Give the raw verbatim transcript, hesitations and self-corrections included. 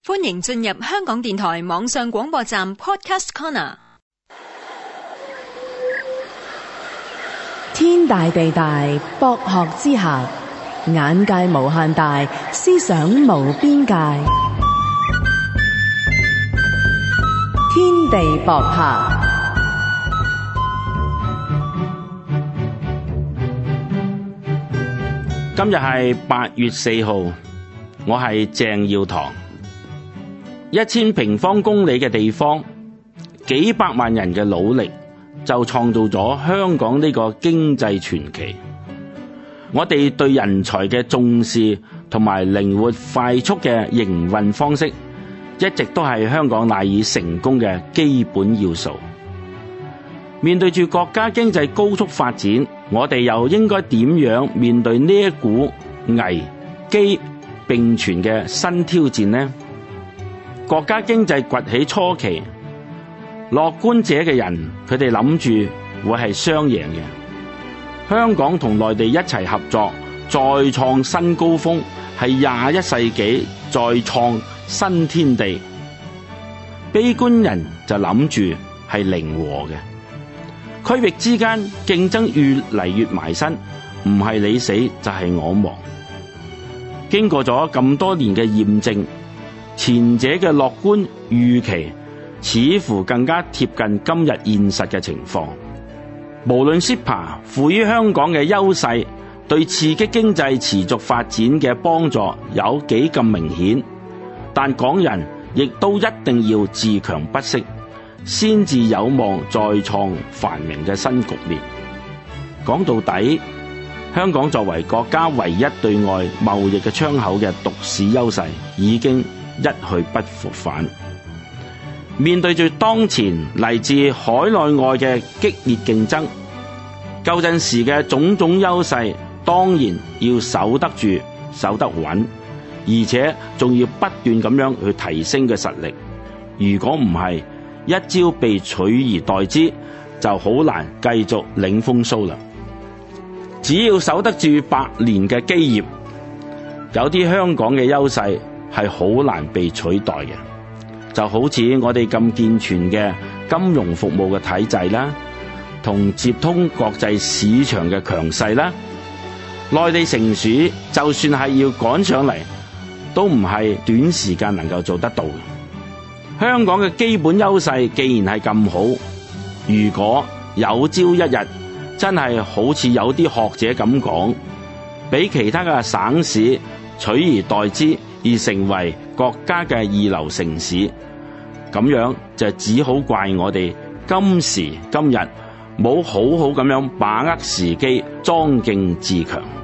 歡迎進入香港電台網上廣播站 Podcast Corner。 天大地大，博學之下，眼界無限大，思想無邊界。天地博客。 今日係八月四號，我係鄭耀堂。一千平方公里嘅地方，幾百萬人嘅努力，就創造咗香港呢個經濟傳奇。我哋對人才嘅重視同埋靈活快速嘅營運方式，一直都係香港賴以成功嘅基本要素。面對住國家經濟高速發展，我哋又應該點樣面對呢一股危機並存嘅新挑戰呢？國家經濟崛起初期，樂觀者嘅人，佢哋諗住會係雙贏嘅。香港同內地一齊合作，再創新高峰，係廿一世紀再創新天地。悲觀人就諗住係零和嘅，區域之間競爭越嚟越埋身，唔係你死就係我亡。經過咗咁多年嘅驗證，前者嘅樂觀預期似乎更加貼近今日現實嘅情況。無論 C E P A 賦予香港嘅優勢對刺激經濟持續發展嘅幫助有幾咁明顯，但港人亦都一定要自強不息，先至有望再創繁榮嘅新局面。講到底，香港作為國家唯一對外貿易嘅窗口嘅獨市優勢已經一去不復返。面對住當前嚟自海內外嘅激烈競爭，舊陣時嘅種種優勢當然要守得住、守得穩，而且仲要不斷咁樣去提升嘅實力。如果唔係，一朝被取而代之，就好難繼續領風騷啦。只要守得住百年嘅基業，有啲香港嘅優勢係好難被取代嘅，就好似我哋咁健全嘅金融服務嘅體制啦，同接通國際市場嘅強勢啦，內地城市就算係要趕上嚟，都唔係短時間能夠做得到嘅。香港嘅基本優勢既然係咁好，如果有朝一日真係好似有啲學者咁講，俾其他嘅省市取而代之，而成為國家嘅二流城市，咁樣就只好怪我哋今時今日冇好好咁樣把握時機，莊敬自強。